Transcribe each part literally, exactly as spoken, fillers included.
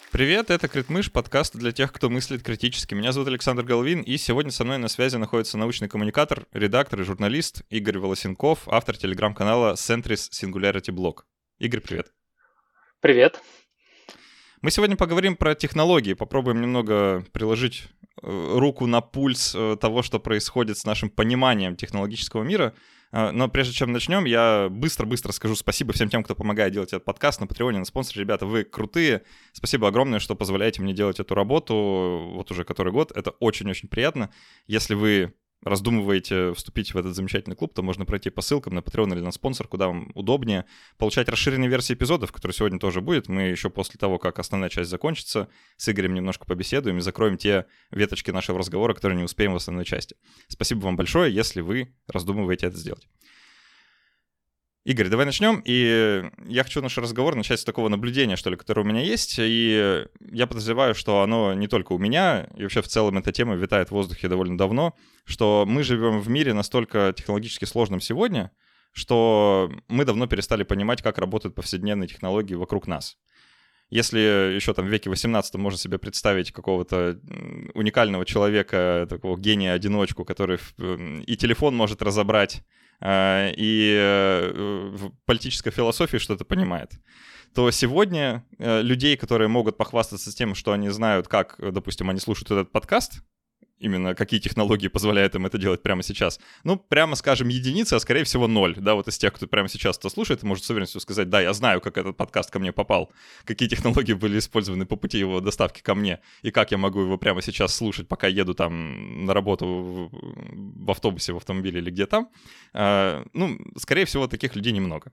Привет, это Критмыш, подкаст для тех, кто мыслит критически. Меня зовут Александр Головин, и сегодня со мной на связи находится научный коммуникатор, редактор и журналист Игорь Волосенков, автор телеграм-канала Centris Singularity Blog. Игорь, привет. Привет. Мы сегодня поговорим про технологии, попробуем немного приложить руку на пульс того, что происходит с нашим пониманием технологического мира. Но прежде чем начнем, я быстро-быстро скажу спасибо всем тем, кто помогает делать этот подкаст на Патреоне, на спонсоре. Ребята, вы крутые. Спасибо огромное, что позволяете мне делать эту работу вот уже который год. Это очень-очень приятно. Если вы раздумываете вступить в этот замечательный клуб, то можно пройти по ссылкам на Patreon или на спонсор, куда вам удобнее, получать расширенные версии эпизодов, которые сегодня тоже будет. Мы еще после того, как основная часть закончится, с Игорем немножко побеседуем и закроем те веточки нашего разговора, которые не успеем в основной части. Спасибо вам большое, если вы раздумываете это сделать. Игорь, давай начнем, и я хочу наш разговор начать с такого наблюдения, что ли, которое у меня есть, и я подозреваю, что оно не только у меня, и вообще в целом эта тема витает в воздухе довольно давно, что мы живем в мире настолько технологически сложном сегодня, что мы давно перестали понимать, как работают повседневные технологии вокруг нас. Если еще там в веке восемнадцатом можно себе представить какого-то уникального человека, такого гения-одиночку, который и телефон может разобрать, и в политической философии что-то понимает, то сегодня людей, которые могут похвастаться тем, что они знают, как, допустим, они слушают этот подкаст, именно какие технологии позволяют им это делать прямо сейчас, ну, прямо скажем, единицы, а скорее всего ноль, да, вот из тех, кто прямо сейчас это слушает, может с уверенностью сказать, да, я знаю, как этот подкаст ко мне попал, какие технологии были использованы по пути его доставки ко мне, и как я могу его прямо сейчас слушать, пока еду там на работу в, в автобусе, в автомобиле или где там, а, ну, скорее всего, таких людей немного.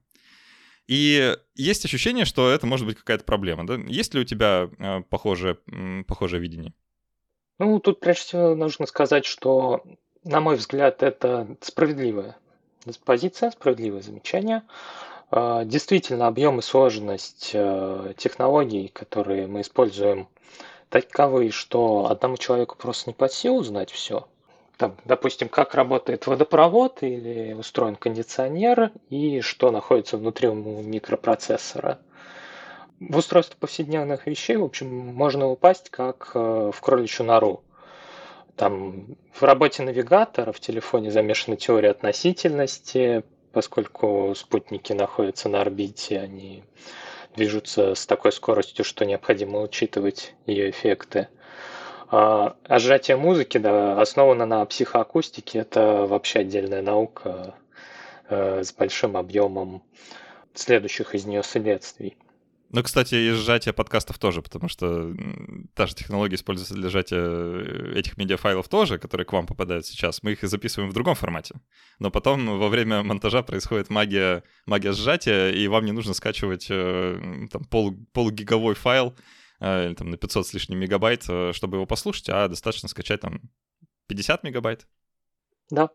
И есть ощущение, что это может быть какая-то проблема, да? Есть ли у тебя а, похожее, похожее видение? Ну, тут прежде всего нужно сказать, что, на мой взгляд, это справедливая позиция, справедливое замечание. Действительно, объем и сложность технологий, которые мы используем, таковы, что одному человеку просто не под силу знать все. Там, допустим, как работает водопровод или устроен кондиционер, и что находится внутри микропроцессора. В устройство повседневных вещей, в общем, можно упасть как в кроличью нору. Там в работе навигатора в телефоне замешана теория относительности, поскольку спутники находятся на орбите, они движутся с такой скоростью, что необходимо учитывать ее эффекты. А, а сжатие музыки, да, основано на психоакустике, это вообще отдельная наука э, с большим объемом следующих из нее следствий. Ну, кстати, и сжатие подкастов тоже, потому что та же технология используется для сжатия этих медиафайлов тоже, которые к вам попадают сейчас. Мы их и записываем в другом формате. Но потом во время монтажа происходит магия, магия сжатия, и вам не нужно скачивать там, полу, полугиговой файл или там, на пятьсот с лишним мегабайт, чтобы его послушать, а достаточно скачать там пятьдесят мегабайт. Да.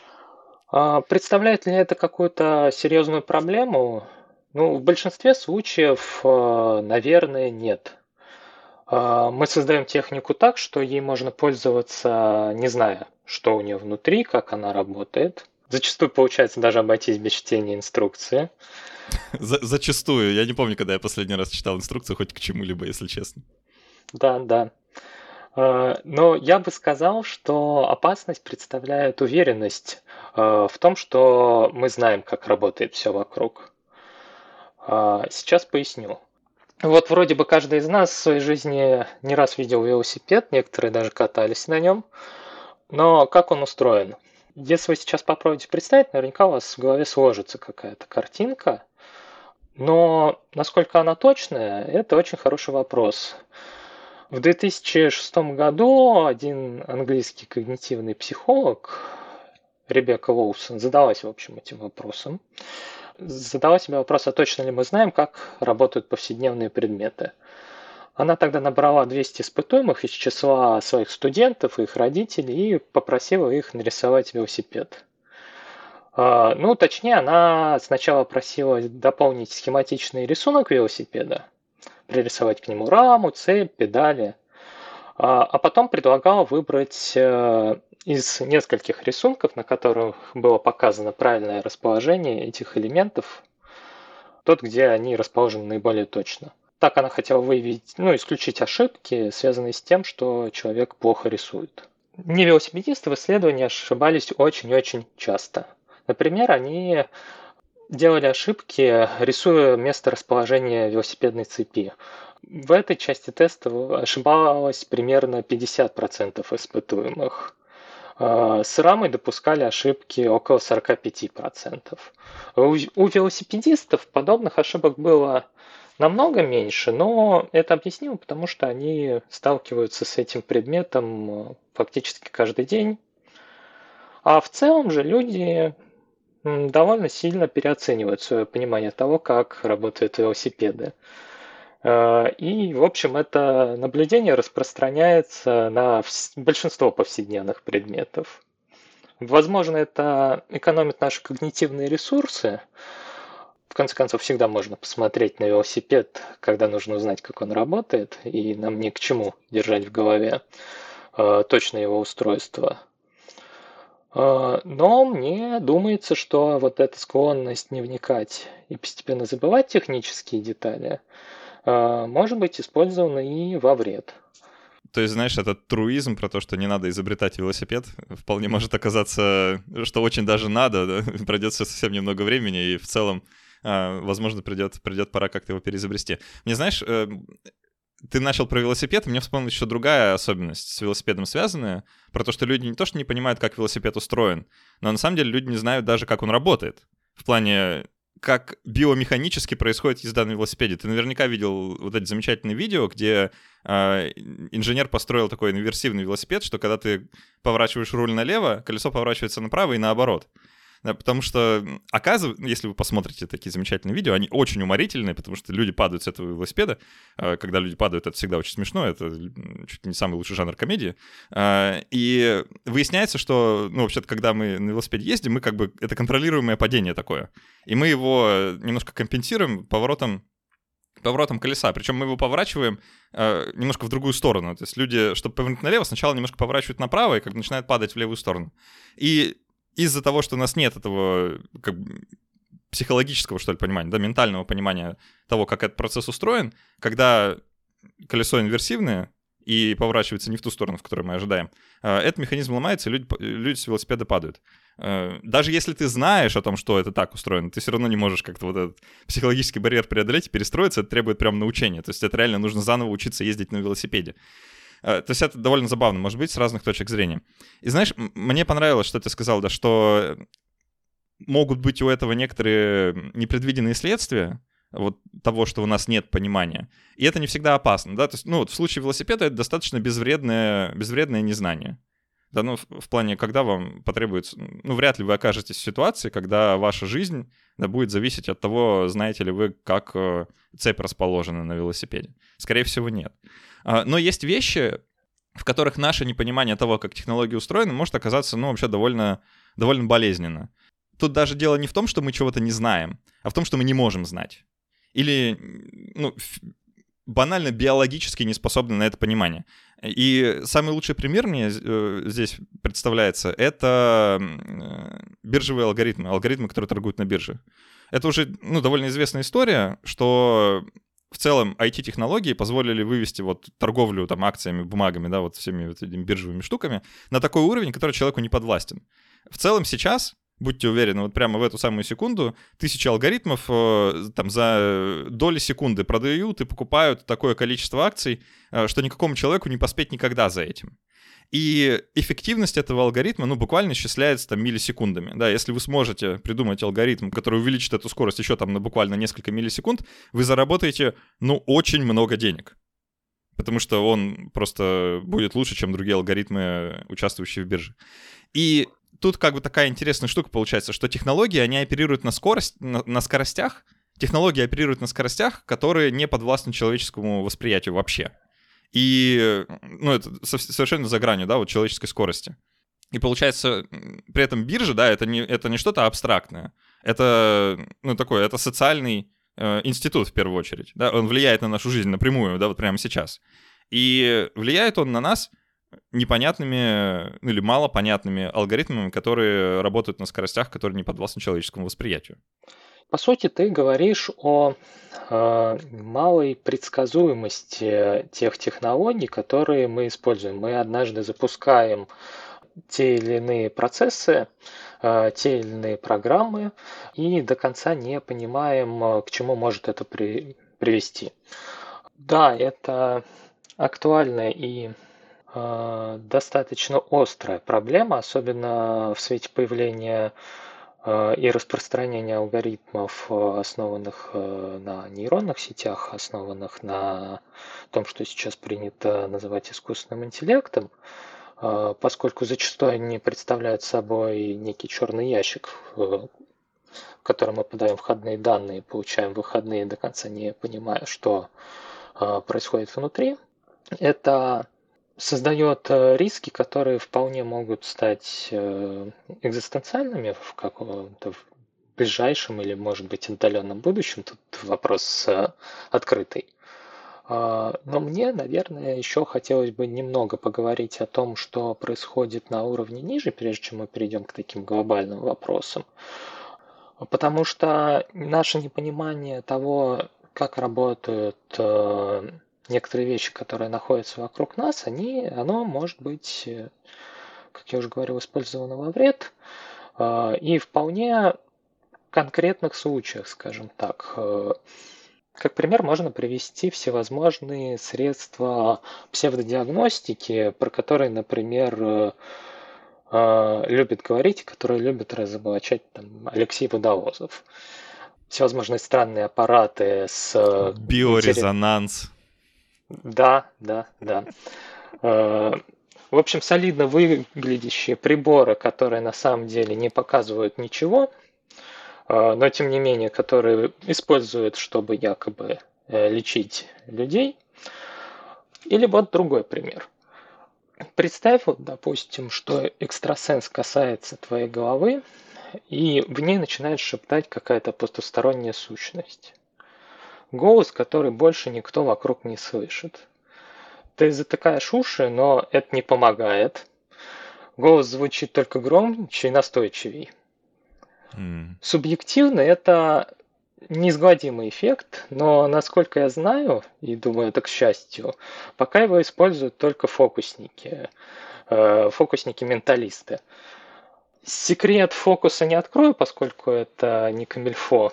А представляет ли это какую-то серьезную проблему? Ну, в большинстве случаев, наверное, нет. Мы создаем технику так, что ей можно пользоваться, не зная, что у нее внутри, как она работает. Зачастую получается даже обойтись без чтения инструкции. За- зачастую. Я не помню, когда я последний раз читал инструкцию хоть к чему-либо, если честно. Да, да. Но я бы сказал, что опасность представляет уверенность в том, что мы знаем, как работает все вокруг. Сейчас поясню. Вот вроде бы каждый из нас в своей жизни не раз видел велосипед, некоторые даже катались на нем. Но как он устроен? Если вы сейчас попробуете представить, наверняка у вас в голове сложится какая-то картинка. Но насколько она точная, это очень хороший вопрос. В две тысячи шестом году один английский когнитивный психолог, Ребекка Лоусон, задалась, в общем, этим вопросом. Задала себе вопрос, а точно ли мы знаем, как работают повседневные предметы. Она тогда набрала двести испытуемых из числа своих студентов и их родителей и попросила их нарисовать велосипед. Ну, точнее, она сначала просила дополнить схематичный рисунок велосипеда, пририсовать к нему раму, цепь, педали, а потом предлагала выбрать из нескольких рисунков, на которых было показано правильное расположение этих элементов, тот, где они расположены наиболее точно. Так она хотела выявить, ну, исключить ошибки, связанные с тем, что человек плохо рисует. Невелосипедисты в исследовании ошибались очень-очень часто. Например, они делали ошибки, рисуя место расположения велосипедной цепи. В этой части теста ошибалось примерно пятьдесят процентов испытуемых. С рамой допускали ошибки около сорок пять процентов. У велосипедистов подобных ошибок было намного меньше, но это объяснимо, потому что они сталкиваются с этим предметом фактически каждый день. А в целом же люди довольно сильно переоценивают свое понимание того, как работают велосипеды. И, в общем, это наблюдение распространяется на большинство повседневных предметов. Возможно, это экономит наши когнитивные ресурсы. В конце концов, всегда можно посмотреть на велосипед, когда нужно узнать, как он работает, и нам ни к чему держать в голове точно его устройство. Но мне думается, что вот эта склонность не вникать и постепенно забывать технические детали может быть использована и во вред. То есть, знаешь, этот труизм про то, что не надо изобретать велосипед, вполне может оказаться, что очень даже надо, да? Пройдется совсем немного времени, и в целом, возможно, придет, придет пора как-то его переизобрести. Мне, знаешь, ты начал про велосипед, и мне вспомнилась еще другая особенность с велосипедом связанная, про то, что люди не то что не понимают, как велосипед устроен, но на самом деле люди не знают даже, как он работает. В плане, как биомеханически происходит езда на велосипеде. Ты наверняка видел вот эти замечательные видео, где э, инженер построил такой инверсивный велосипед, что когда ты поворачиваешь руль налево, колесо поворачивается направо и наоборот. Да, потому что, оказывается, если вы посмотрите такие замечательные видео, они очень уморительные, потому что люди падают с этого велосипеда. Когда люди падают, это всегда очень смешно, это чуть ли не самый лучший жанр комедии. И выясняется, что, ну, вообще-то, когда мы на велосипеде ездим, мы как бы, это контролируемое падение такое. И мы его немножко компенсируем поворотом, поворотом колеса. Причем мы его поворачиваем немножко в другую сторону. То есть люди, чтобы повернуть налево, сначала немножко поворачивают направо и как начинают падать в левую сторону. И из-за того, что у нас нет этого как бы психологического, что ли, понимания, да, ментального понимания того, как этот процесс устроен, когда колесо инверсивное и поворачивается не в ту сторону, в которую мы ожидаем, этот механизм ломается, и люди, люди с велосипеда падают. Даже если ты знаешь о том, что это так устроено, ты все равно не можешь как-то вот этот психологический барьер преодолеть и перестроиться, это требует прям научения. То есть это реально нужно заново учиться ездить на велосипеде. То есть это довольно забавно, может быть, с разных точек зрения. И знаешь, мне понравилось, что ты сказал, да, что могут быть у этого некоторые непредвиденные следствия вот того, что у нас нет понимания. И это не всегда опасно, да. То есть, ну, вот в случае велосипеда это достаточно безвредное, безвредное незнание. Да, ну, в, в плане, когда вам потребуется... Ну, вряд ли вы окажетесь в ситуации, когда ваша жизнь, да, будет зависеть от того, знаете ли вы, как э, цепь расположена на велосипеде. Скорее всего, нет. Но есть вещи, в которых наше непонимание того, как технологии устроены, может оказаться, ну, вообще довольно, довольно болезненно. Тут даже дело не в том, что мы чего-то не знаем, а в том, что мы не можем знать. Или, ну, банально биологически не способны на это понимание. И самый лучший пример мне здесь представляется, это биржевые алгоритмы, алгоритмы, которые торгуют на бирже. Это уже, ну, довольно известная история, что... В целом ай ти-технологии позволили вывести вот торговлю там акциями, бумагами, да, вот всеми вот этими биржевыми штуками на такой уровень, который человеку не подвластен. В целом сейчас, будьте уверены, вот прямо в эту самую секунду тысячи алгоритмов э, там за доли секунды продают и покупают такое количество акций, э, что никакому человеку не поспеть никогда за этим. И эффективность этого алгоритма, ну, буквально исчисляется там миллисекундами. Да, если вы сможете придумать алгоритм, который увеличит эту скорость еще там на буквально несколько миллисекунд, вы заработаете, ну, очень много денег. Потому что он просто будет лучше, чем другие алгоритмы, участвующие в бирже. И тут как бы такая интересная штука получается, что технологии, они оперируют на скорость, на, на скоростях, технологии оперируют на скоростях, которые не подвластны человеческому восприятию вообще. И, ну, это совершенно за гранью, да, вот человеческой скорости. И получается, при этом биржа, да, это не, это не что-то абстрактное. Это, ну, такой, это социальный э, институт в первую очередь, да, он влияет на нашу жизнь напрямую, да, вот прямо сейчас. И влияет он на нас непонятными, ну, или малопонятными алгоритмами, которые работают на скоростях, которые не подвластны человеческому восприятию. По сути, ты говоришь о э, малой предсказуемости тех технологий, которые мы используем. Мы однажды запускаем те или иные процессы, э, те или иные программы и до конца не понимаем, э, к чему может это при, привести. Да, это актуальная и э, достаточно острая проблема, особенно в свете появления э, и распространения алгоритмов, э, основанных э, на нейронных сетях, основанных на том, что сейчас принято называть искусственным интеллектом, э, поскольку зачастую они представляют собой некий черный ящик, э, в который мы подаем входные данные, получаем выходные, до конца не понимая, что э, происходит внутри. Это создает риски, которые вполне могут стать экзистенциальными в каком-то ближайшем или, может быть, отдаленном будущем. Тут вопрос открытый. Но мне, наверное, еще хотелось бы немного поговорить о том, что происходит на уровне ниже, прежде чем мы перейдем к таким глобальным вопросам. Потому что наше непонимание того, как работают некоторые вещи, которые находятся вокруг нас, они, оно может быть, как я уже говорил, использовано во вред. И вполне конкретных случаях, скажем так. Как пример можно привести всевозможные средства псевдодиагностики, про которые, например, любит говорить, которые любят разоблачать там, Алексей Водолазов. Всевозможные странные аппараты с... Биорезонанс. Да, да, да. В общем, солидно выглядящие приборы, которые на самом деле не показывают ничего, но тем не менее, которые используют, чтобы якобы лечить людей. Или вот другой пример. Представь, вот, допустим, что экстрасенс касается твоей головы, и в ней начинает шептать какая-то потусторонняя сущность. Голос, который больше никто вокруг не слышит. Ты затыкаешь уши, но это не помогает. Голос звучит только громче и настойчивее. Mm. Субъективно это неизгладимый эффект, но, насколько я знаю, и думаю, это к счастью, пока его используют только фокусники, фокусники-менталисты. Секрет фокуса не открою, поскольку это не камильфо,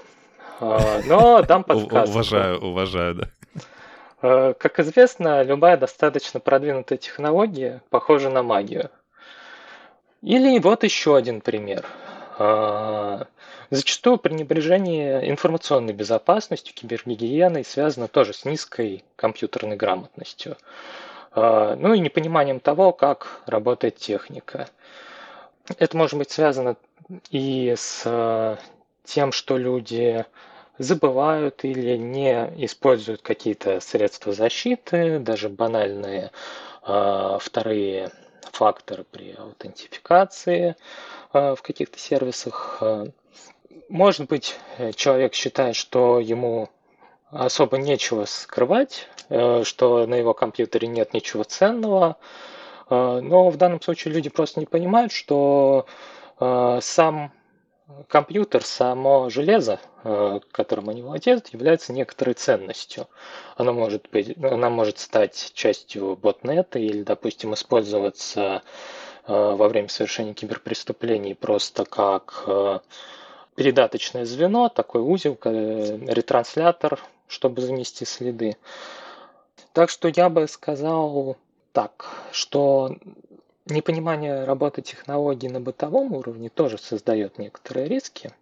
но дам подсказку. Уважаю, уважаю, да. Как известно, любая достаточно продвинутая технология похожа на магию. Или вот еще один пример. Зачастую пренебрежение информационной безопасностью, кибергигиеной связано тоже с низкой компьютерной грамотностью. Ну и непониманием того, как работает техника. Это может быть связано и с тем, что люди забывают или не используют какие-то средства защиты, даже банальные э, вторые факторы при аутентификации э, в каких-то сервисах. Может быть, человек считает, что ему особо нечего скрывать, э, что на его компьютере нет ничего ценного, э, но в данном случае люди просто не понимают, что э, сам компьютер, само железо, которым они владеют, является некоторой ценностью. Оно может быть, она может стать частью ботнета или, допустим, использоваться во время совершения киберпреступлений просто как передаточное звено, такой узел, ретранслятор, чтобы занести следы. Так что я бы сказал так, что непонимание работы технологий на бытовом уровне тоже создает некоторые риски.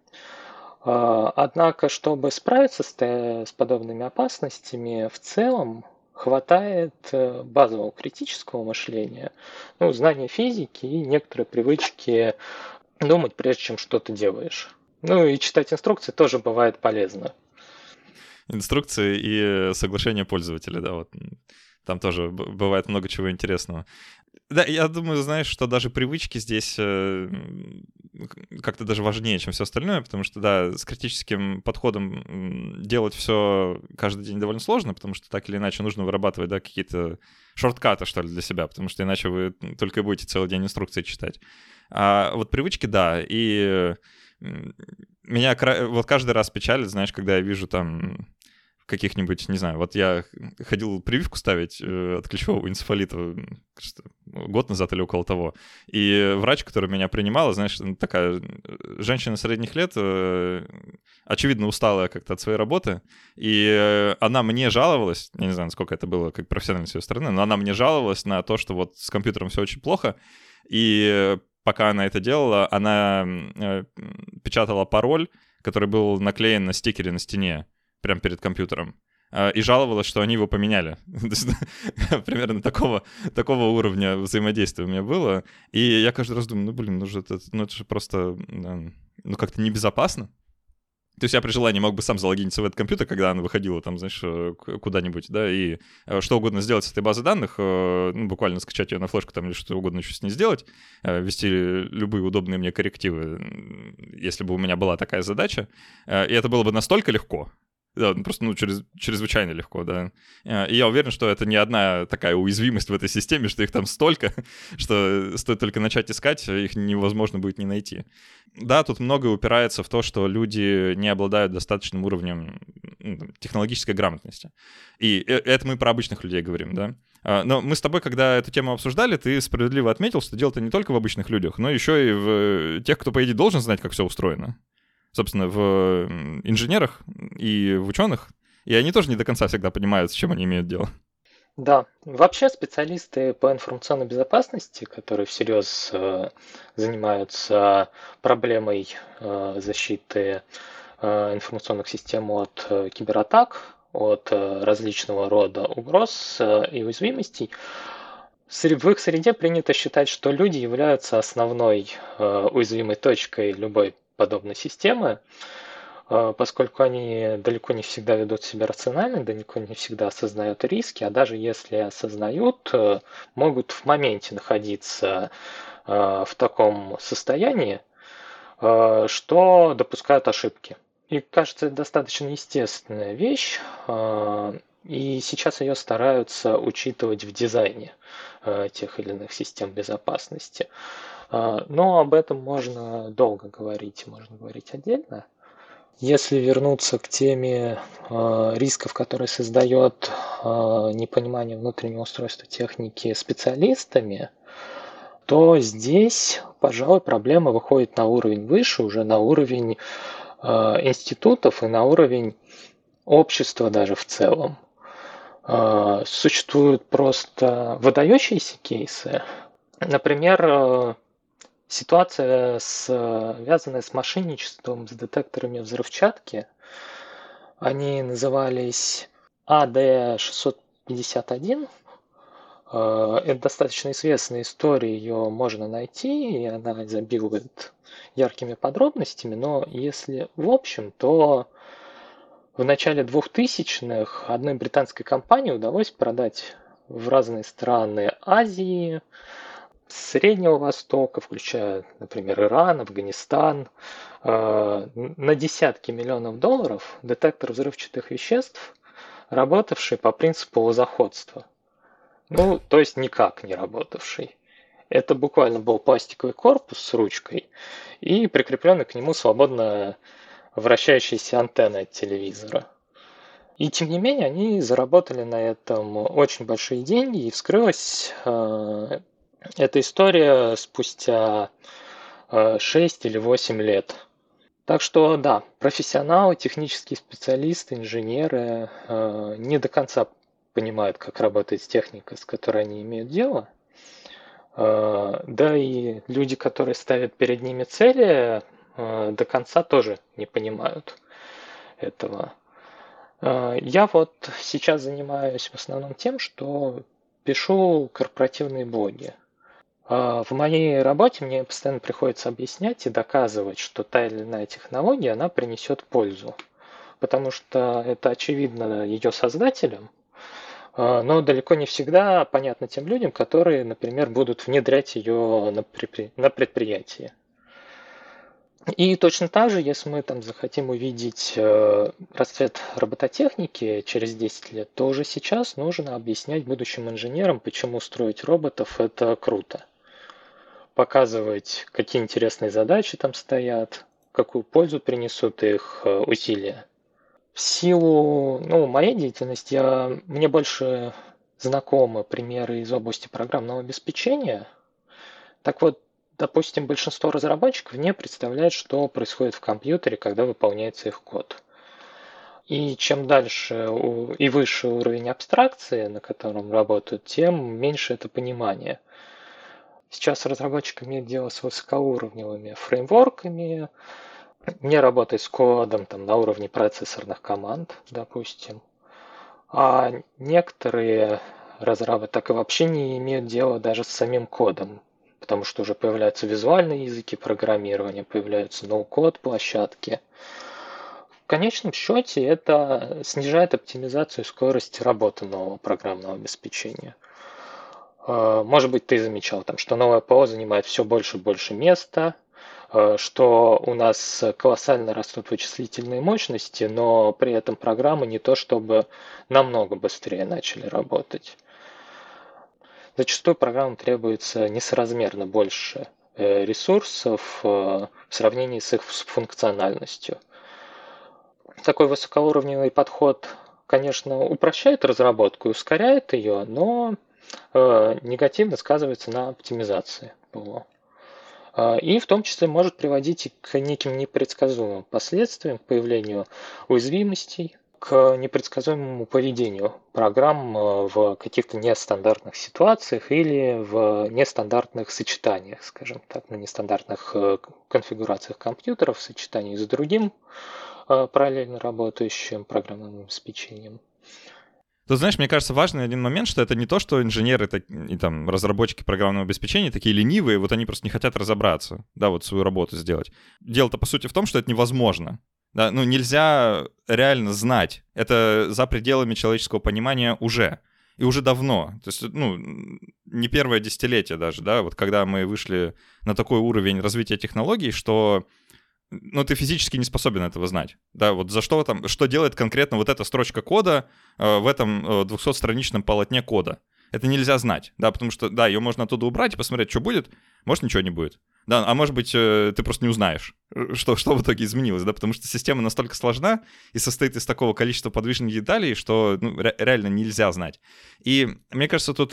Однако, чтобы справиться с, с подобными опасностями, в целом хватает базового критического мышления, ну, знания физики и некоторые привычки думать, прежде чем что-то делаешь. Ну и читать инструкции тоже бывает полезно. Инструкции и соглашения пользователя, да, вот. Там тоже бывает много чего интересного. Да, я думаю, знаешь, что даже привычки здесь э, как-то даже важнее, чем все остальное, потому что, да, с критическим подходом делать все каждый день довольно сложно, потому что так или иначе нужно вырабатывать, да, какие-то шорткаты, что ли, для себя, потому что иначе вы только будете целый день инструкции читать. А вот привычки, да, и меня вот каждый раз печалит, знаешь, когда я вижу там каких-нибудь, не знаю, вот я ходил прививку ставить э, от клещевого энцефалита год назад или около того, и врач, который меня принимала, знаешь, такая женщина средних лет, э, очевидно усталая как-то от своей работы, и э, она мне жаловалась, я не знаю, насколько это было как профессионально с ее стороны, но она мне жаловалась на то, что вот с компьютером все очень плохо, и пока она это делала, она э, печатала пароль, который был наклеен на стикере на стене, прямо перед компьютером, и жаловалась, что они его поменяли. Примерно такого, такого уровня взаимодействия у меня было. И я каждый раз думаю, ну, блин, ну, же это, ну это же просто ну, как-то небезопасно. То есть я при желании мог бы сам залогиниться в этот компьютер, когда она выходила там, знаешь, куда-нибудь, да, и что угодно сделать с этой базы данных, ну, буквально скачать ее на флешку там или что угодно еще с ней сделать, ввести любые удобные мне коррективы, если бы у меня была такая задача. И это было бы настолько легко, да, просто, ну, чрез, чрезвычайно легко, да. И я уверен, что это не одна такая уязвимость в этой системе, что их там столько, что стоит только начать искать, их невозможно будет не найти. Да, тут многое упирается в то, что люди не обладают достаточным уровнем технологической грамотности. И это мы про обычных людей говорим, да. Но мы с тобой, когда эту тему обсуждали, ты справедливо отметил, что дело-то не только в обычных людях, но еще и в тех, кто, по идее, должен знать, как все устроено. Собственно, в инженерах и в ученых, и они тоже не до конца всегда понимают, с чем они имеют дело. Да, вообще специалисты по информационной безопасности, которые всерьез э, занимаются проблемой э, защиты э, информационных систем от э, кибератак, от э, различного рода угроз э, и уязвимостей, в их среде принято считать, что люди являются основной э, уязвимой точкой любой подобной системы, поскольку они далеко не всегда ведут себя рационально, далеко не всегда осознают риски, а даже если осознают, могут в моменте находиться в таком состоянии, что допускают ошибки. И кажется, это достаточно естественная вещь, и сейчас ее стараются учитывать в дизайне тех или иных систем безопасности. Но об этом можно долго говорить, можно говорить отдельно. Если вернуться к теме э, рисков, которые создает э, непонимание внутреннего устройства техники специалистами, то здесь, пожалуй, проблема выходит на уровень выше, уже на уровень э, институтов и на уровень общества даже в целом. Э, существуют просто выдающиеся кейсы. Например, э, ситуация, связанная с мошенничеством с детекторами взрывчатки, они назывались А Д шестьсот пятьдесят один. Это достаточно известная история, ее можно найти, и она изобилует яркими подробностями, но если в общем, то в начале двухтысячных одной британской компании удалось продать в разные страны Азии, Среднего Востока, включая, например, Иран, Афганистан, на десятки миллионов долларов детектор взрывчатых веществ, работавший по принципу лозоходства. Ну, то есть никак не работавший. Это буквально был пластиковый корпус с ручкой и прикрепленный к нему свободно вращающаяся антенна от телевизора. И тем не менее, они заработали на этом очень большие деньги, и вскрылась э, эта история спустя э, шесть или восемь лет. Так что да, профессионалы, технические специалисты, инженеры э, не до конца понимают, как работает техника, с которой они имеют дело. Э, да и люди, которые ставят перед ними цели, э, до конца тоже не понимают этого. Я вот сейчас занимаюсь в основном тем, что пишу корпоративные блоги. В моей работе мне постоянно приходится объяснять и доказывать, что та или иная технология, она принесет пользу. Потому что это очевидно ее создателям, но далеко не всегда понятно тем людям, которые, например, будут внедрять ее на предприятии. И точно так же, если мы там захотим увидеть э, расцвет робототехники через десять лет, то уже сейчас нужно объяснять будущим инженерам, почему строить роботов это круто. Показывать, какие интересные задачи там стоят, какую пользу принесут их э, усилия. В силу, ну, моей деятельности я, мне больше знакомы примеры из области программного обеспечения. Так вот, допустим, большинство разработчиков не представляет, что происходит в компьютере, когда выполняется их код. И чем дальше и выше уровень абстракции, на котором работают, тем меньше это понимание. Сейчас разработчик имеет дело с высокоуровневыми фреймворками, не работает с кодом там, на уровне процессорных команд, допустим. А некоторые разрабы так и вообще не имеют дела даже с самим кодом, потому что уже появляются визуальные языки программирования, появляются ноу-код площадки. В конечном счете это снижает оптимизацию и скорость работы нового программного обеспечения. Может быть, ты замечал, там, что новое ПО занимает все больше и больше места, что у нас колоссально растут вычислительные мощности, но при этом программы не то чтобы намного быстрее начали работать. Зачастую программам требуется несоразмерно больше ресурсов в сравнении с их функциональностью. Такой высокоуровневый подход, конечно, упрощает разработку и ускоряет ее, но негативно сказывается на оптимизации ПО. И в том числе может приводить к неким непредсказуемым последствиям, к появлению уязвимостей, к непредсказуемому поведению программ в каких-то нестандартных ситуациях или в нестандартных сочетаниях, скажем так, на нестандартных конфигурациях компьютеров в сочетании с другим параллельно работающим программным обеспечением. Ты знаешь, мне кажется, важный один момент, что это не то, что инженеры и там разработчики программного обеспечения такие ленивые, вот они просто не хотят разобраться, да, вот свою работу сделать. Дело-то, по сути, в том, что это невозможно. Да, ну, нельзя реально знать. Это за пределами человеческого понимания уже. И уже давно. То есть, ну, не первое десятилетие даже, да, вот когда мы вышли на такой уровень развития технологий, что ну, ты физически не способен этого знать. Да, вот за что там, что делает конкретно вот эта строчка кода э, в этом э, двухсотстраничном полотне кода. Это нельзя знать, да, потому что, да, ее можно оттуда убрать и посмотреть, что будет, может, ничего не будет. Да, а может быть, э, ты просто не узнаешь, что, что в итоге изменилось, да, потому что система настолько сложна и состоит из такого количества подвижных деталей, что ну, ре- реально нельзя знать. И мне кажется, тут э,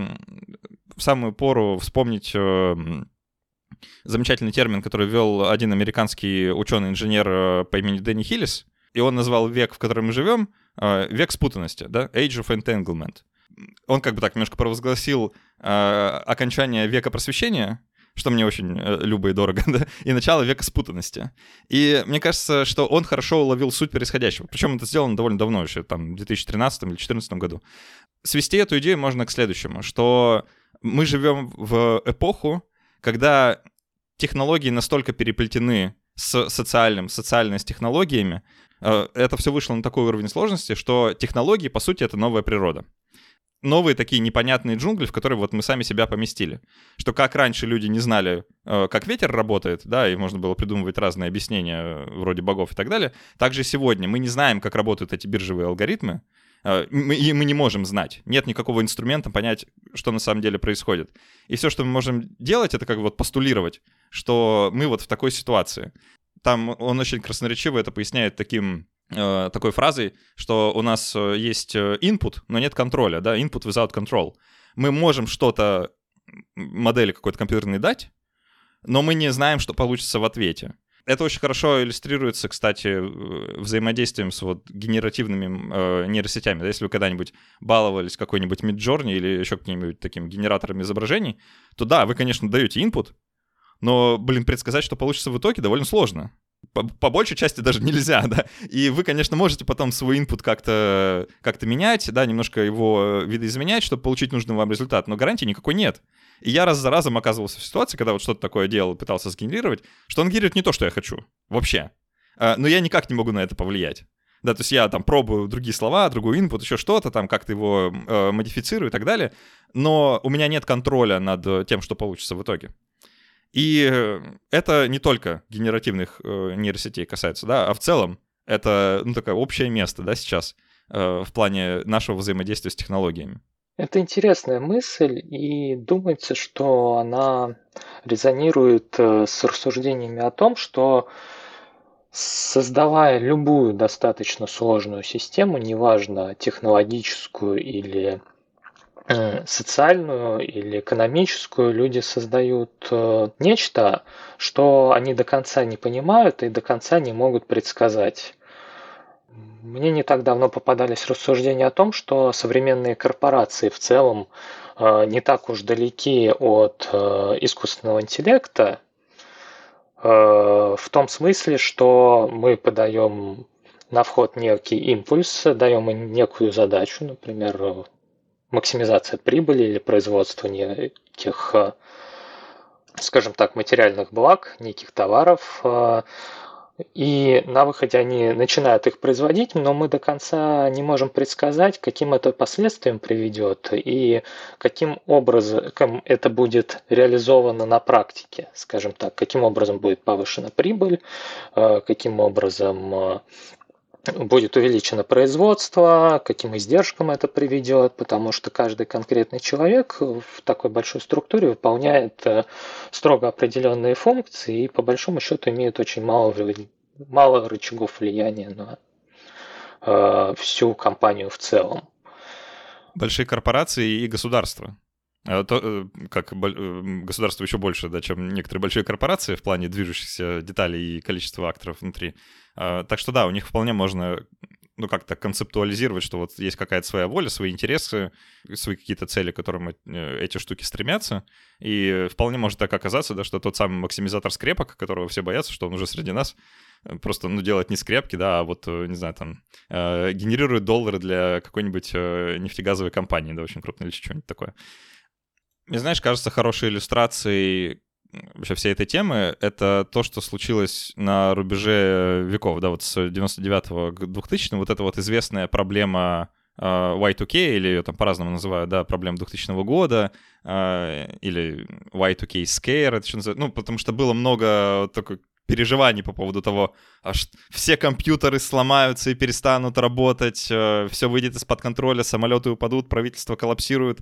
в самую пору вспомнить... Э, замечательный термин, который ввел один американский ученый-инженер по имени Дэнни Хиллис, и он назвал век, в котором мы живем, век спутанности, да, Age of Entanglement. Он как бы так немножко провозгласил э, окончание века просвещения, что мне очень э, любо и дорого, да, и начало века спутанности. И мне кажется, что он хорошо уловил суть происходящего. Причем это сделано довольно давно, еще там в две тысячи тринадцатом или две тысячи четырнадцатом году. Свести эту идею можно к следующему, что мы живем в эпоху, когда технологии настолько переплетены с социальным, социальной с технологиями, это все вышло на такой уровень сложности, что технологии, по сути, это новая природа. Новые такие непонятные джунгли, в которые вот мы сами себя поместили. Что как раньше люди не знали, как ветер работает, да, и можно было придумывать разные объяснения вроде богов и так далее, так же сегодня мы не знаем, как работают эти биржевые алгоритмы, и мы не можем знать. Нет никакого инструмента понять, что на самом деле происходит. И все, что мы можем делать, это как бы вот постулировать, что мы вот в такой ситуации. Там он очень красноречиво это поясняет таким, э, такой фразой, что у нас есть input, но нет контроля, да, input without control. Мы можем что-то, модели какой-то компьютерной дать, но мы не знаем, что получится в ответе. Это очень хорошо иллюстрируется, кстати, взаимодействием с вот генеративными э, нейросетями. Да, если вы когда-нибудь баловались какой-нибудь Midjourney или еще какими-нибудь такими генераторами изображений, то да, вы, конечно, даете input, но, блин, предсказать, что получится в итоге, довольно сложно. По, по большей части даже нельзя, да. И вы, конечно, можете потом свой input как-то, как-то менять, да, немножко его видоизменять, чтобы получить нужный вам результат, но гарантии никакой нет. И я раз за разом оказывался в ситуации, когда вот что-то такое делал, пытался сгенерировать, что он генерирует не то, что я хочу. Вообще. Но я никак не могу на это повлиять. Да, то есть я там пробую другие слова, другой input, еще что-то, там как-то его э, модифицирую и так далее, но у меня нет контроля над тем, что получится в итоге. И это не только генеративных э, нейросетей касается, да, а в целом это, ну, такое общее место, да, сейчас э, в плане нашего взаимодействия с технологиями. Это интересная мысль, и думается, что она резонирует э, с рассуждениями о том, что создавая любую достаточно сложную систему, неважно технологическую или э, социальную или экономическую, люди создают э, нечто, что они до конца не понимают и до конца не могут предсказать. Мне не так давно попадались рассуждения о том, что современные корпорации в целом э, не так уж далеки от э, искусственного интеллекта, э, в том смысле, что мы подаем на вход некий импульс, даем им некую задачу, например, максимизация прибыли или производство неких, э, скажем так, материальных благ, неких товаров, э, и на выходе они начинают их производить, но мы до конца не можем предсказать, каким это последствиям приведет и каким образом это будет реализовано на практике, скажем так, каким образом будет повышена прибыль, каким образом будет увеличено производство, каким издержкам это приведет, потому что каждый конкретный человек в такой большой структуре выполняет строго определенные функции и по большому счету имеет очень мало, мало рычагов влияния на э, всю компанию в целом. Большие корпорации и государства. То, как государство еще больше, да, чем некоторые большие корпорации в плане движущихся деталей и количества акторов внутри. Так что да, у них вполне можно, ну, как-то концептуализировать, что вот есть какая-то своя воля, свои интересы, свои какие-то цели, к которым эти штуки стремятся. И вполне может так оказаться, да, что тот самый максимизатор скрепок, которого все боятся, что он уже среди нас, просто, ну, делает не скрепки, да, а вот, не знаю, там, генерирует доллары для какой-нибудь нефтегазовой компании, да, очень крупной или что-нибудь такое. Мне, знаешь, кажется, хорошей иллюстрацией вообще всей этой темы — это то, что случилось на рубеже веков, да, вот с девяносто девятого к двухтысячному, вот эта вот известная проблема э, уай ту кей, или ее там по-разному называют, да, проблем двухтысячного года, э, или уай ту кей Scare, это что называется, ну, потому что было много такой переживаний по поводу того, аж все компьютеры сломаются и перестанут работать, э, все выйдет из-под контроля, самолеты упадут, правительство коллапсирует,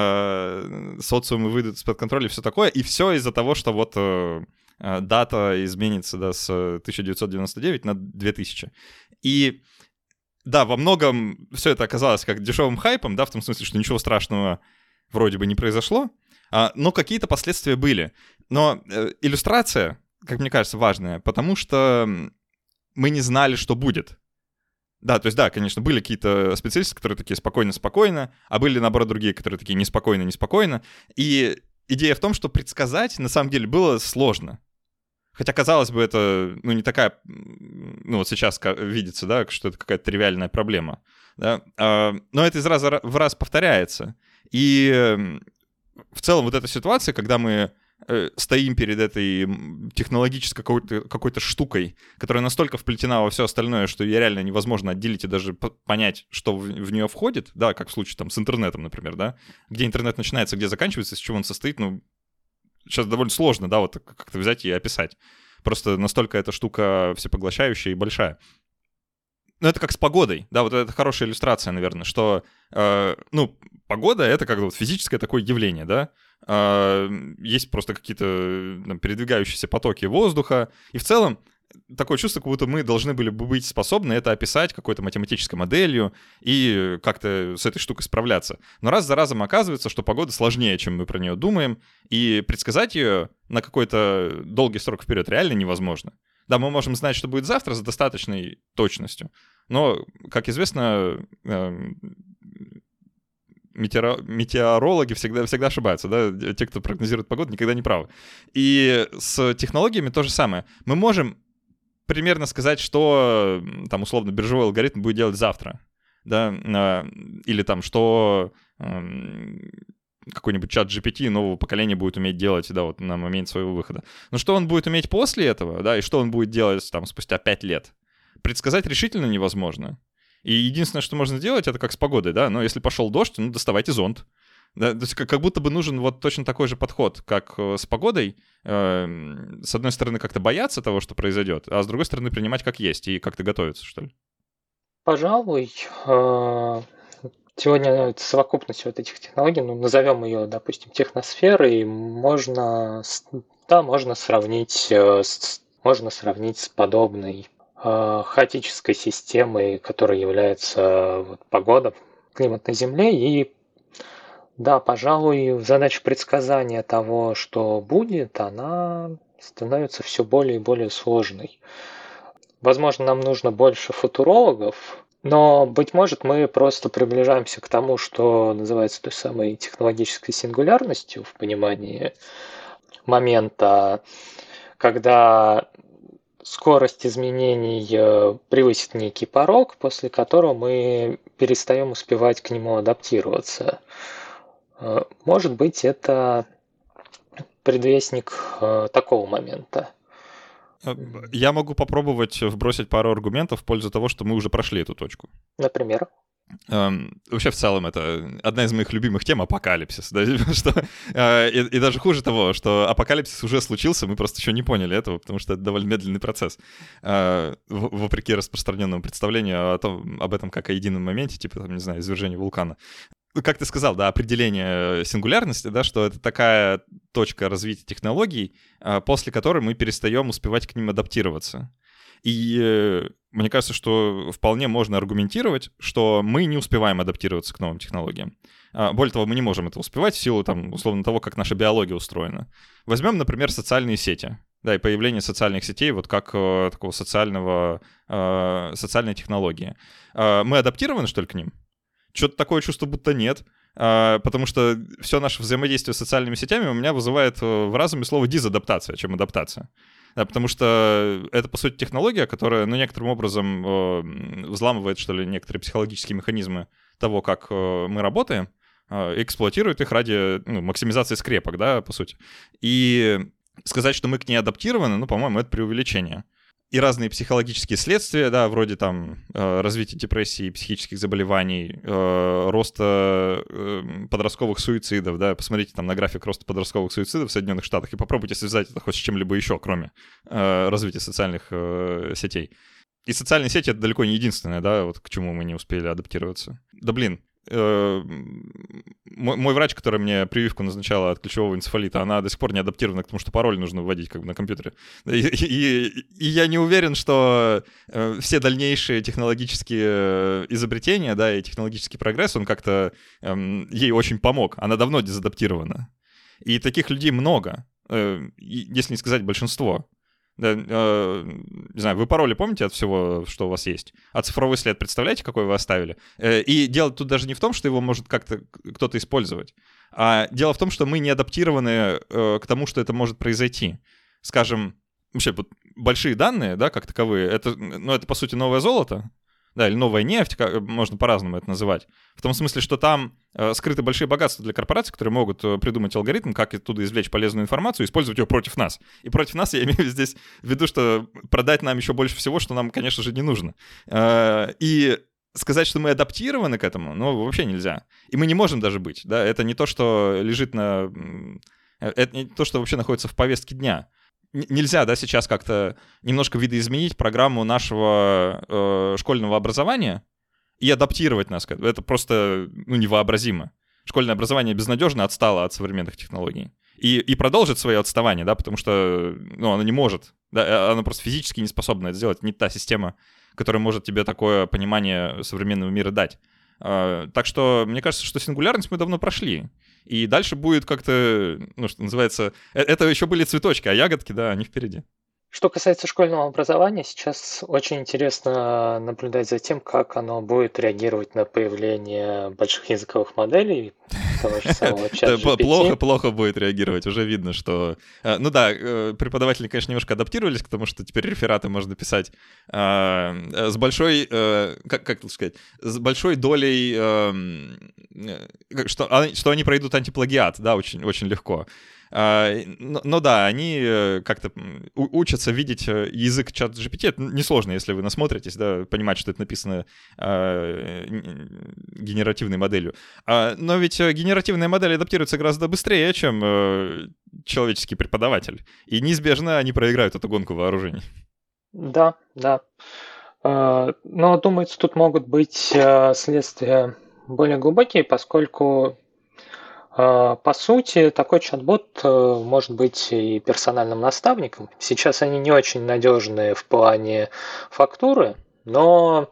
э, социумы выйдут из-под контроля и все такое. И все из-за того, что вот э, дата изменится, да, с тысяча девятьсот девяносто девять на две тысячи. И да, во многом все это оказалось как дешевым хайпом, да, в том смысле, что ничего страшного вроде бы не произошло, э, но какие-то последствия были. Но э, иллюстрация, как мне кажется, важное, потому что мы не знали, что будет. Да, то есть, да, конечно, были какие-то специалисты, которые такие спокойно-спокойно, а были, наоборот, другие, которые такие неспокойно-неспокойно. И идея в том, что предсказать, на самом деле, было сложно. Хотя, казалось бы, это, ну, не такая, ну, вот сейчас видится, да, что это какая-то тривиальная проблема, да, но это из раза в раз повторяется. И в целом вот эта ситуация, когда мы стоим перед этой технологической какой-то, какой-то штукой, которая настолько вплетена во все остальное, что ее реально невозможно отделить и даже понять, что в, в нее входит, да, как в случае там с интернетом, например, да, где интернет начинается, где заканчивается, из чего он состоит, ну, сейчас довольно сложно, да, вот как-то взять и описать. Просто настолько эта штука всепоглощающая и большая. Ну, это как с погодой, да, вот это хорошая иллюстрация, наверное, что, э, ну, погода — это как вот физическое такое явление, да, э, есть просто какие-то там передвигающиеся потоки воздуха, и в целом такое чувство, как будто мы должны были бы быть способны это описать какой-то математической моделью и как-то с этой штукой справляться. Но раз за разом оказывается, что погода сложнее, чем мы про нее думаем, и предсказать ее на какой-то долгий срок вперед реально невозможно. Да, мы можем знать, что будет завтра с достаточной точностью, но, как известно, метеоро- метеорологи всегда, всегда ошибаются, да, те, кто прогнозирует погоду, никогда не правы. И с технологиями то же самое. Мы можем примерно сказать, что, там, условно, биржевой алгоритм будет делать завтра, да, или там, что какой-нибудь чат джи пи ти нового поколения будет уметь делать, да, вот на момент своего выхода. Но что он будет уметь после этого, да, и что он будет делать там спустя пять лет, предсказать решительно невозможно. И единственное, что можно сделать, это как с погодой, да, но если пошел дождь, ну, доставайте зонт. Да, то есть как, как будто бы нужен вот точно такой же подход, как с погодой. Э, с одной стороны, как-то бояться того, что произойдет, а с другой стороны, принимать как есть и как-то готовиться, что ли. Пожалуй, Сегодня совокупность вот этих технологий, ну, назовем ее, допустим, техносферой, можно, да, можно сравнить, с, можно сравнить с подобной э, хаотической системой, которой является вот, погода, климат на Земле. И да, пожалуй, задача предсказания того, что будет, она становится все более и более сложной. Возможно, нам нужно больше футурологов, но, быть может, мы просто приближаемся к тому, что называется той самой технологической сингулярностью в понимании момента, когда скорость изменений превысит некий порог, после которого мы перестаем успевать к нему адаптироваться. Может быть, это предвестник такого момента. Я могу попробовать вбросить пару аргументов в пользу того, что мы уже прошли эту точку. Например? Эм, вообще, в целом, это одна из моих любимых тем — апокалипсис. Да? Что, э, и, и даже хуже того, что апокалипсис уже случился, мы просто еще не поняли этого, потому что это довольно медленный процесс. Э, в, вопреки распространенному представлению о том, об этом как о едином моменте, типа, там, не знаю, извержения вулкана. Как ты сказал, да, определение сингулярности, да, что это такая точка развития технологий, после которой мы перестаем успевать к ним адаптироваться. И мне кажется, что вполне можно аргументировать, что мы не успеваем адаптироваться к новым технологиям. Более того, мы не можем это успевать в силу, там, условно, того, как наша биология устроена. Возьмем, например, социальные сети. Да, и появление социальных сетей вот как э, такого социального, э, социальной технологии. Э, мы адаптированы, что ли, к ним? Что-то такое чувство, будто нет, потому что все наше взаимодействие с социальными сетями у меня вызывает в разуме слово дизадаптация, чем адаптация. Да, потому что это, по сути, технология, которая, ну, некоторым образом взламывает, что ли, некоторые психологические механизмы того, как мы работаем, эксплуатирует их ради, ну, максимизации скрепок, да, по сути. И сказать, что мы к ней адаптированы, ну, по-моему, это преувеличение. И разные психологические следствия, да, вроде там э, развития депрессии, психических заболеваний, э, роста э, подростковых суицидов, да, посмотрите там на график роста подростковых суицидов в Соединенных Штатах и попробуйте связать это хоть с чем-либо еще, кроме э, развития социальных э, сетей. И социальные сети — это далеко не единственное, да, вот к чему мы не успели адаптироваться. Да блин, э, мой, мой врач, который мне прививку назначала от ключевого энцефалита, она до сих пор не адаптирована к тому, что пароль нужно вводить как бы на компьютере. И, и, и я не уверен, что э, все дальнейшие технологические изобретения, да, и технологический прогресс, он как-то э, ей очень помог. Она давно дезадаптирована. И таких людей много, э, если не сказать большинство. Да, э, не знаю, вы пароли помните от всего, что у вас есть? А цифровой след представляете, какой вы оставили? Э, и дело тут даже не в том, что его может как-то кто-то использовать, а дело в том, что мы не адаптированы э, к тому, что это может произойти. Скажем, вообще вот, большие данные, да, как таковые, это, ну, это по сути новое золото. Да, или новая нефть, как, можно по-разному это называть. В том смысле, что там э, скрыты большие богатства для корпораций, которые могут э, придумать алгоритм, как оттуда извлечь полезную информацию и использовать ее против нас. И против нас я имею здесь в виду, что продать нам еще больше всего, что нам, конечно же, не нужно. Э, и сказать, что мы адаптированы к этому, ну, вообще нельзя. И мы не можем даже быть. Да? Это не то, что лежит на... Это не то, что вообще находится в повестке дня. Нельзя, да, сейчас как-то немножко видоизменить программу нашего э, школьного образования и адаптировать нас к этому. Это просто, ну, невообразимо. Школьное образование безнадежно отстало от современных технологий. И, и продолжит свое отставание, да, потому что, ну, оно не может. Да, оно просто физически не способно это сделать. Не та система, которая может тебе такое понимание современного мира дать. Э, так что, мне кажется, что сингулярность мы давно прошли. И дальше будет как-то, ну, что называется, это еще были цветочки, а ягодки, да, они впереди. Что касается школьного образования, сейчас очень интересно наблюдать за тем, как оно будет реагировать на появление больших языковых моделей, того же самого чат джи пи ти. Плохо-плохо будет реагировать, уже видно, что... Ну да, преподаватели, конечно, немножко адаптировались к тому, что теперь рефераты можно писать с большой, как, как это сказать, с большой долей, что, что они пройдут антиплагиат, да, очень, очень легко. Но, но да, они как-то учатся видеть язык чат джи пи ти. Это несложно, если вы насмотритесь, да, понимать, что это написано э, генеративной моделью. Но ведь генеративная модель адаптируется гораздо быстрее, чем э, человеческий преподаватель. И неизбежно они проиграют эту гонку вооружений. Да, да. Но, думается, тут могут быть следствия более глубокие, поскольку, по сути, такой чат-бот может быть и персональным наставником. Сейчас они не очень надежные в плане фактуры, но,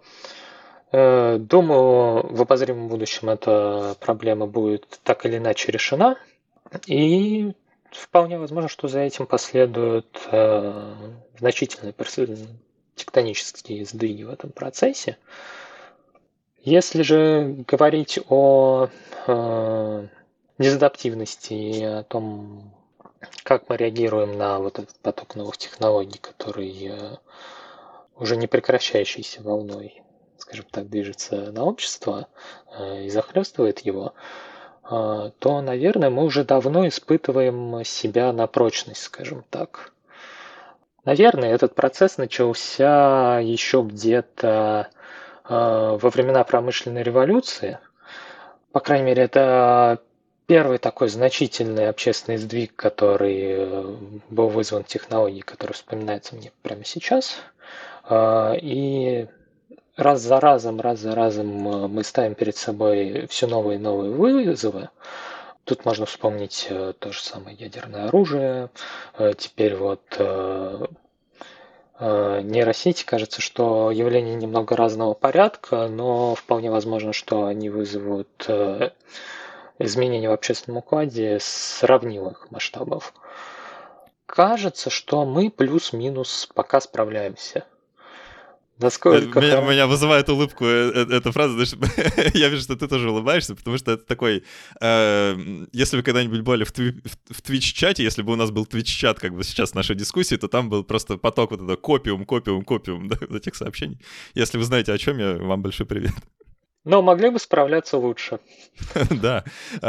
думаю, в обозримом будущем эта проблема будет так или иначе решена. И вполне возможно, что за этим последуют значительные тектонические сдвиги в этом процессе. Если же говорить о э, дезадаптивности и о том, как мы реагируем на вот этот поток новых технологий, который э, уже не прекращающейся волной, скажем так, движется на общество э, и захлестывает его, э, то, наверное, мы уже давно испытываем себя на прочность, скажем так. Наверное, этот процесс начался еще где-то во времена промышленной революции. По крайней мере, это первый такой значительный общественный сдвиг, который был вызван технологией, которая вспоминается мне прямо сейчас. И раз за разом, раз за разом мы ставим перед собой все новые и новые вызовы. Тут можно вспомнить то же самое ядерное оружие. Теперь вот нейросети, кажется, что явление немного разного порядка, но вполне возможно, что они вызовут изменения в общественном укладе сравнимых масштабов. Кажется, что мы плюс-минус пока справляемся. Насколько меня, меня вызывает улыбку эта фраза, знаешь, я вижу, что ты тоже улыбаешься, потому что это такой, э, если вы когда-нибудь были в, тви, в Twitch-чате, если бы у нас был Twitch-чат, как бы сейчас нашей дискуссии, то там был просто поток вот этого копиум, копиум, копиум, да, вот этих сообщений. Если вы знаете, о чем я, вам большой привет. Но могли бы справляться лучше. Да,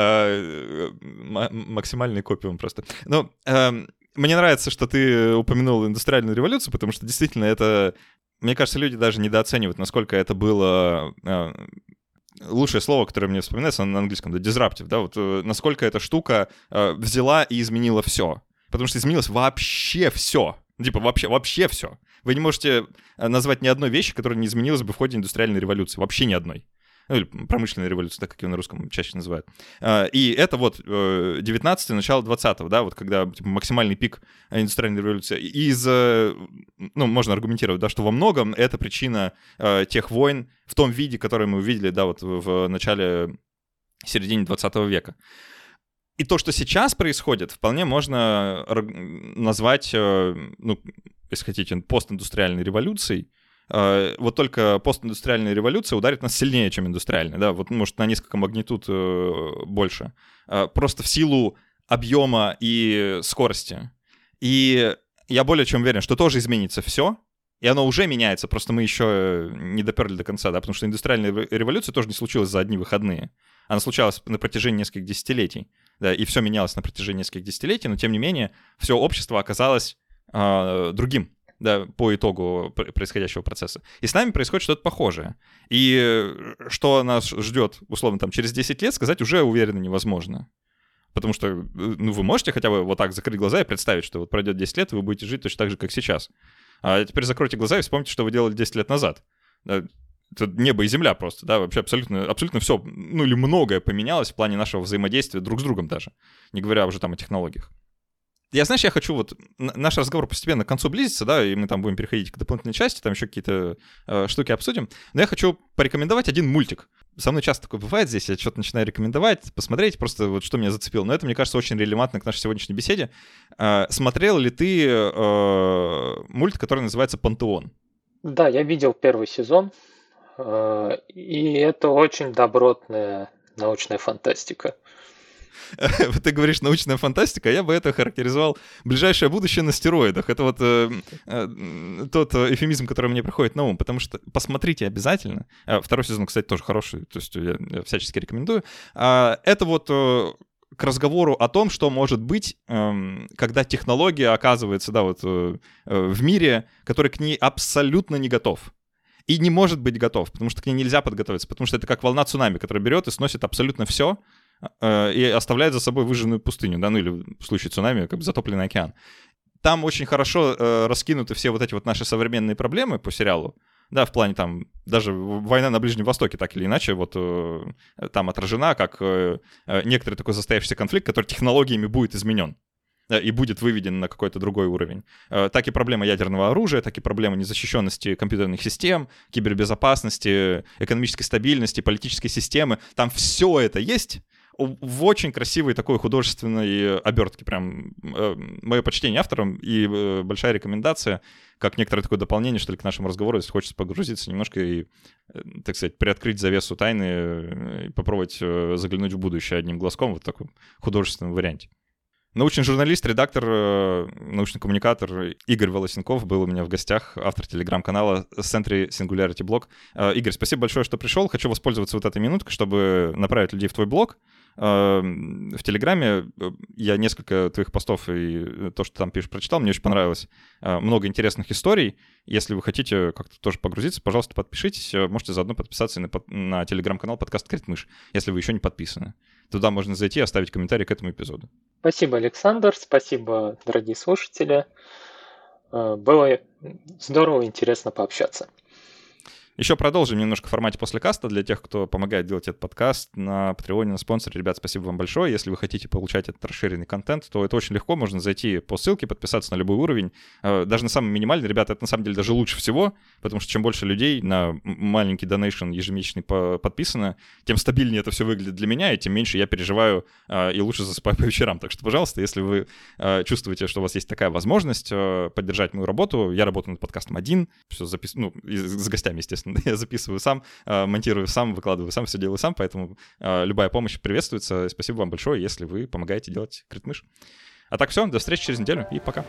максимальный копиум просто. Ну, мне нравится, что ты упомянул индустриальную революцию, потому что действительно это... Мне кажется, люди даже недооценивают, насколько это было... Э, лучшее слово, которое мне вспоминается, на английском, да, disruptive, да, вот э, насколько эта штука э, взяла и изменила все. Потому что изменилось вообще все. Типа вообще, вообще все. Вы не можете назвать ни одной вещи, которая не изменилась бы в ходе индустриальной революции. Вообще ни одной. Ну, или промышленная революция, так как ее на русском чаще называют. И это вот девятнадцатый, начало двадцатого, да, вот когда типа, максимальный пик индустриальной революции. И из, ну, можно аргументировать, да, что во многом это причина тех войн в том виде, который мы увидели, да, вот в начале, середине двадцатого века. И то, что сейчас происходит, вполне можно назвать, ну, если хотите, постиндустриальной революцией. Вот только постиндустриальная революция ударит нас сильнее, чем индустриальная, да, вот, может, на несколько магнитуд больше. Просто в силу объема и скорости. И я более чем уверен, что тоже изменится все, и оно уже меняется, просто мы еще не доперли до конца, да, потому что индустриальная революция тоже не случилась за одни выходные. Она случалась на протяжении нескольких десятилетий, да, и все менялось на протяжении нескольких десятилетий, но тем не менее все общество оказалось э, другим. Да, по итогу происходящего процесса. И с нами происходит что-то похожее. И что нас ждет, условно, там, через десять лет, сказать уже уверенно невозможно. Потому что, ну, вы можете хотя бы вот так закрыть глаза и представить, что вот пройдет десять лет, и вы будете жить точно так же, как сейчас. А теперь закройте глаза и вспомните, что вы делали десять лет назад. Это небо и земля просто, да, вообще абсолютно, абсолютно все, ну, или многое поменялось в плане нашего взаимодействия друг с другом даже, не говоря уже там о технологиях. Я, знаешь, я хочу вот... Наш разговор постепенно к концу близится, да, и мы там будем переходить к дополнительной части, там еще какие-то э, штуки обсудим. Но я хочу порекомендовать один мультик. Со мной часто такое бывает здесь, я что-то начинаю рекомендовать, посмотреть, просто вот что меня зацепило. Но это, мне кажется, очень релевантно к нашей сегодняшней беседе. Э, смотрел ли ты э, мульт, который называется «Пантеон»? Да, я видел первый сезон, э, и это очень добротная научная фантастика. Ты говоришь научная фантастика, а я бы это характеризовал ближайшее будущее на стероидах. Это вот э, э, тот эвфемизм, который мне приходит на ум, потому что посмотрите обязательно. Второй сезон, кстати, тоже хороший, то есть я, я всячески рекомендую. А, это вот э, к разговору о том, что может быть, э, когда технология оказывается, да, вот э, в мире, который к ней абсолютно не готов. И не может быть готов, потому что к ней нельзя подготовиться, потому что это как волна цунами, которая берет и сносит абсолютно все, и оставляет за собой выжженную пустыню, да, ну или в случае цунами, как бы затопленный океан. Там очень хорошо э, раскинуты все вот эти вот наши современные проблемы по сериалу, да, в плане там даже война на Ближнем Востоке так или иначе вот э, там отражена как э, некоторый такой застоявшийся конфликт, который технологиями будет изменен и будет выведен на какой-то другой уровень. Так и проблема ядерного оружия, так и проблема незащищенности компьютерных систем, кибербезопасности, экономической стабильности, политической системы. Там все это есть в очень красивой такой художественной обертке. Прям мое почтение авторам и большая рекомендация, как некоторое такое дополнение, что ли, к нашему разговору, если хочется погрузиться немножко и, так сказать, приоткрыть завесу тайны и попробовать заглянуть в будущее одним глазком, вот в таком художественном варианте. Научный журналист, редактор, научный коммуникатор Игорь Волосенков был у меня в гостях, автор телеграм-канала Sentry Singularity Blog. Игорь, спасибо большое, что пришел. Хочу воспользоваться вот этой минуткой, чтобы направить людей в твой блог. В Телеграме я несколько твоих постов и то, что там пишешь, прочитал. Мне очень понравилось. Много интересных историй. Если вы хотите как-то тоже погрузиться, пожалуйста, подпишитесь. Можете заодно подписаться на, на телеграм-канал подкаст «Критмыш», если вы еще не подписаны. Туда можно зайти и оставить комментарий к этому эпизоду. Спасибо, Александр. Спасибо, дорогие слушатели. Было здорово и интересно пообщаться. Еще продолжим немножко в формате после каста для тех, кто помогает делать этот подкаст на Патреоне, на спонсоре. Ребят, спасибо вам большое. Если вы хотите получать этот расширенный контент, то это очень легко. Можно зайти по ссылке, подписаться на любой уровень. Даже на самый минимальный, ребята, это на самом деле даже лучше всего, потому что чем больше людей на маленький донейшн ежемесячный подписано, тем стабильнее это все выглядит для меня, и тем меньше я переживаю и лучше засыпаю по вечерам. Так что, пожалуйста, если вы чувствуете, что у вас есть такая возможность поддержать мою работу, я работаю над подкастом один, все записываю, ну, с гостями, естественно. Я записываю сам, монтирую сам, выкладываю сам, все делаю сам, поэтому любая помощь приветствуется. Спасибо вам большое, если вы помогаете делать Критмыш. А так все, до встречи через неделю и пока.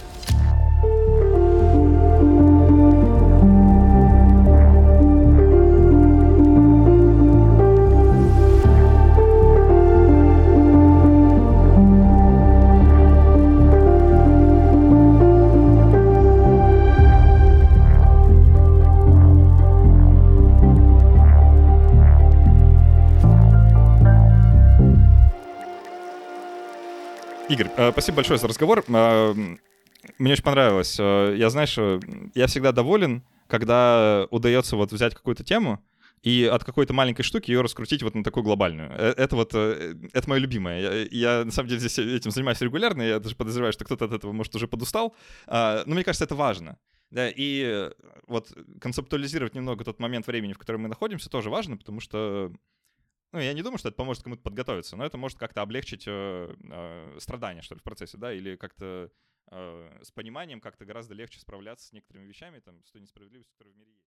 Игорь, спасибо большое за разговор. Мне очень понравилось. Я, знаешь, я всегда доволен, когда удается вот взять какую-то тему и от какой-то маленькой штуки ее раскрутить вот на такую глобальную. Это вот, это мое любимое. Я, я на самом деле здесь этим занимаюсь регулярно, я даже подозреваю, что кто-то от этого, может, уже подустал. Но мне кажется, это важно. Да, и вот концептуализировать немного тот момент времени, в котором мы находимся, тоже важно, потому что ну, я не думаю, что это поможет кому-то подготовиться, но это может как-то облегчить э, э, страдания, что ли, в процессе, да, или как-то э, с пониманием как-то гораздо легче справляться с некоторыми вещами, там, с той несправедливостью, которая в мире есть.